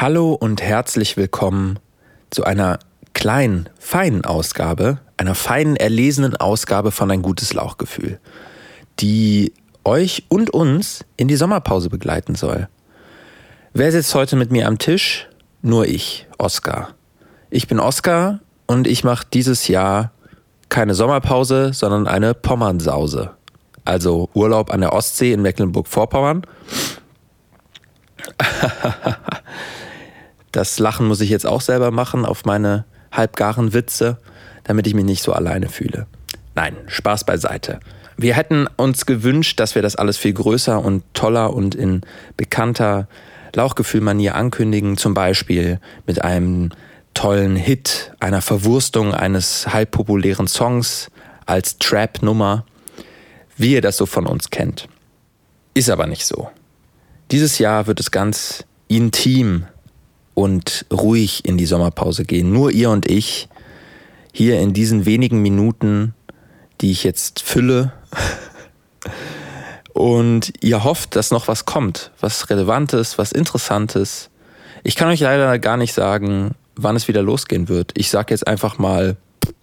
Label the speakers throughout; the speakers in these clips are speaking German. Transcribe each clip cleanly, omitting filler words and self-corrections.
Speaker 1: Hallo und herzlich willkommen zu einer kleinen, feinen Ausgabe, einer feinen, erlesenen Ausgabe von Ein gutes Lauchgefühl, die euch und uns in die Sommerpause begleiten soll. Wer sitzt heute mit mir am Tisch? Nur ich, Oskar. Ich bin Oskar und ich mache dieses Jahr keine Sommerpause, sondern eine Pommernsause. Also Urlaub an der Ostsee in Mecklenburg-Vorpommern. Das Lachen muss ich jetzt auch selber machen auf meine halbgaren Witze, damit ich mich nicht so alleine fühle. Nein, Spaß beiseite. Wir hätten uns gewünscht, dass wir das alles viel größer und toller und in bekannter Lauchgefühl-Manier ankündigen. Zum Beispiel mit einem tollen Hit, einer Verwurstung eines halbpopulären Songs als Trap-Nummer, wie ihr das so von uns kennt. Ist aber nicht so. Dieses Jahr wird es ganz intim und ruhig in die Sommerpause gehen. Nur ihr und ich, hier in diesen wenigen Minuten, die ich jetzt fülle. Und ihr hofft, dass noch was kommt, was Relevantes, was Interessantes. Ich kann euch leider gar nicht sagen, wann es wieder losgehen wird. Ich sage jetzt einfach mal,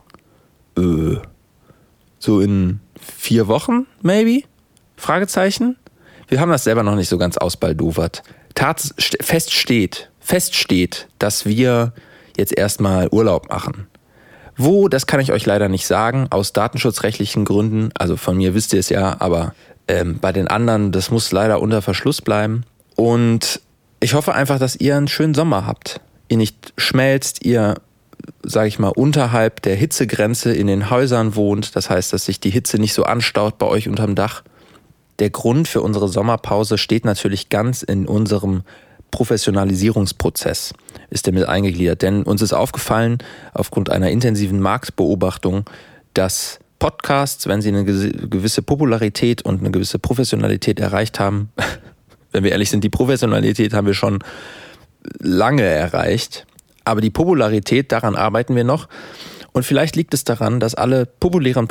Speaker 1: so in 4 Wochen, maybe? Fragezeichen? Wir haben das selber noch nicht so ganz ausbaldowert. Fest steht, dass wir jetzt erstmal Urlaub machen. Wo, das kann ich euch leider nicht sagen, aus datenschutzrechtlichen Gründen. Also von mir wisst ihr es ja, aber bei den anderen, das muss leider unter Verschluss bleiben. Und ich hoffe einfach, dass ihr einen schönen Sommer habt. Ihr nicht schmelzt, ihr, sage ich mal, unterhalb der Hitzegrenze in den Häusern wohnt. Das heißt, dass sich die Hitze nicht so anstaut bei euch unterm Dach. Der Grund für unsere Sommerpause steht natürlich ganz in unserem Professionalisierungsprozess, ist der mit eingegliedert. Denn uns ist aufgefallen, aufgrund einer intensiven Marktbeobachtung, dass Podcasts, wenn sie eine gewisse Popularität und eine gewisse Professionalität erreicht haben, wenn wir ehrlich sind, die Professionalität haben wir schon lange erreicht, aber die Popularität, daran arbeiten wir noch. Und vielleicht liegt es daran, dass alle populären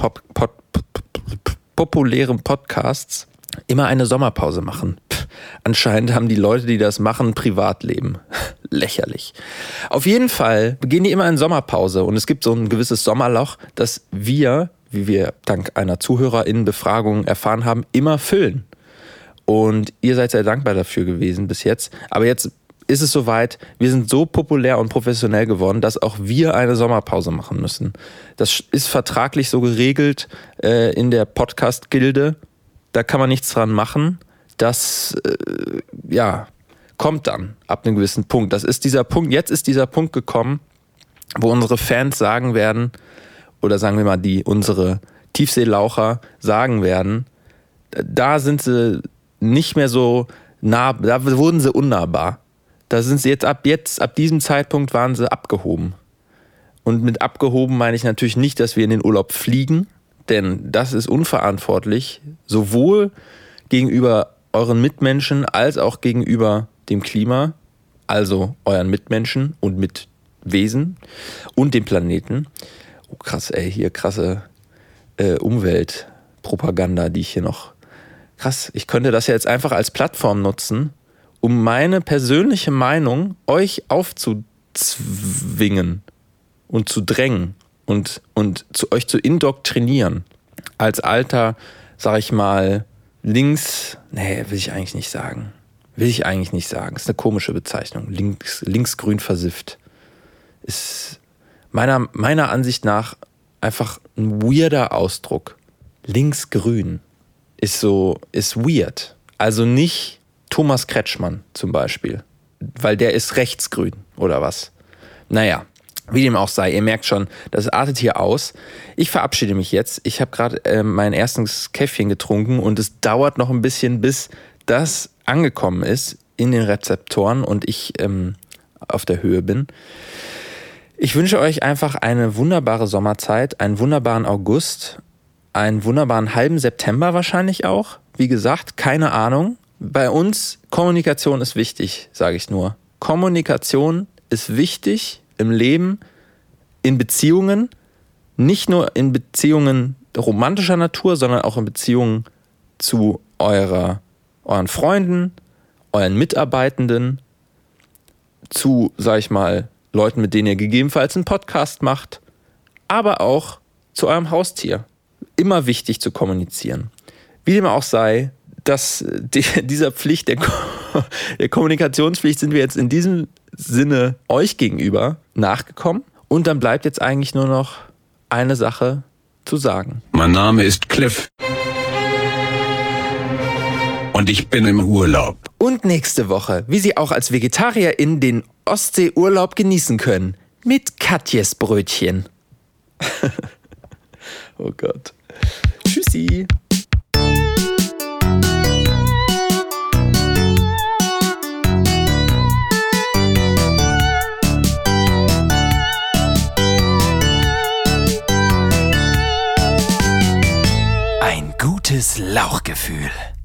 Speaker 1: Podcasts immer eine Sommerpause machen. Anscheinend haben die Leute, die das machen, Privatleben. Lächerlich. Auf jeden Fall gehen die immer in Sommerpause und es gibt so ein gewisses Sommerloch, das wir, wie wir dank einer ZuhörerInnen-Befragung erfahren haben, immer füllen. Und ihr seid sehr dankbar dafür gewesen bis jetzt. Aber jetzt ist es soweit, wir sind so populär und professionell geworden, dass auch wir eine Sommerpause machen müssen. Das ist vertraglich so geregelt in der Podcast-Gilde. Da kann man nichts dran machen. Das, kommt dann ab einem gewissen Punkt. Das ist dieser Punkt, jetzt ist dieser Punkt gekommen, wo unsere Fans sagen werden, oder sagen wir mal, unsere Tiefseelaucher sagen werden, da sind sie nicht mehr so nah, da wurden sie unnahbar. Da sind sie ab diesem Zeitpunkt waren sie abgehoben. Und mit abgehoben meine ich natürlich nicht, dass wir in den Urlaub fliegen, denn das ist unverantwortlich, sowohl gegenüber euren Mitmenschen als auch gegenüber dem Klima, also euren Mitmenschen und Mitwesen und dem Planeten. Oh krass, hier krasse Umweltpropaganda, die ich hier noch... Krass, ich könnte das ja jetzt einfach als Plattform nutzen, um meine persönliche Meinung euch aufzuzwingen und zu drängen und euch zu indoktrinieren. Als alter, sag ich mal, will ich eigentlich nicht sagen. Ist eine komische Bezeichnung. Linksgrün versifft. Ist meiner Ansicht nach einfach ein weirder Ausdruck. Linksgrün ist weird. Also nicht Thomas Kretschmann zum Beispiel. Weil der ist rechtsgrün oder was. Naja, wie dem auch sei, ihr merkt schon, das artet hier aus. Ich verabschiede mich jetzt. Ich habe gerade mein erstes Käffchen getrunken und es dauert noch ein bisschen, bis das angekommen ist in den Rezeptoren und ich auf der Höhe bin. Ich wünsche euch einfach eine wunderbare Sommerzeit, einen wunderbaren August, einen wunderbaren halben September wahrscheinlich auch. Wie gesagt, keine Ahnung. Bei uns, Kommunikation ist wichtig, sage ich nur. Kommunikation ist wichtig im Leben, in Beziehungen, nicht nur in Beziehungen romantischer Natur, sondern auch in Beziehungen zu euren Freunden, euren Mitarbeitenden, zu, sag ich mal, Leuten, mit denen ihr gegebenenfalls einen Podcast macht, aber auch zu eurem Haustier. Immer wichtig zu kommunizieren. Wie dem auch sei, dieser Pflicht der Kommunikationspflicht sind wir jetzt in diesem Sinne euch gegenüber nachgekommen. Und dann bleibt jetzt eigentlich nur noch eine Sache zu sagen.
Speaker 2: Mein Name ist Cliff. Und ich bin im Urlaub.
Speaker 1: Und nächste Woche, wie Sie auch als VegetarierInnen den Ostseeurlaub genießen können. Mit Katjes Brötchen. Oh Gott. Tschüssi.
Speaker 3: Ein gutes Lauchgefühl.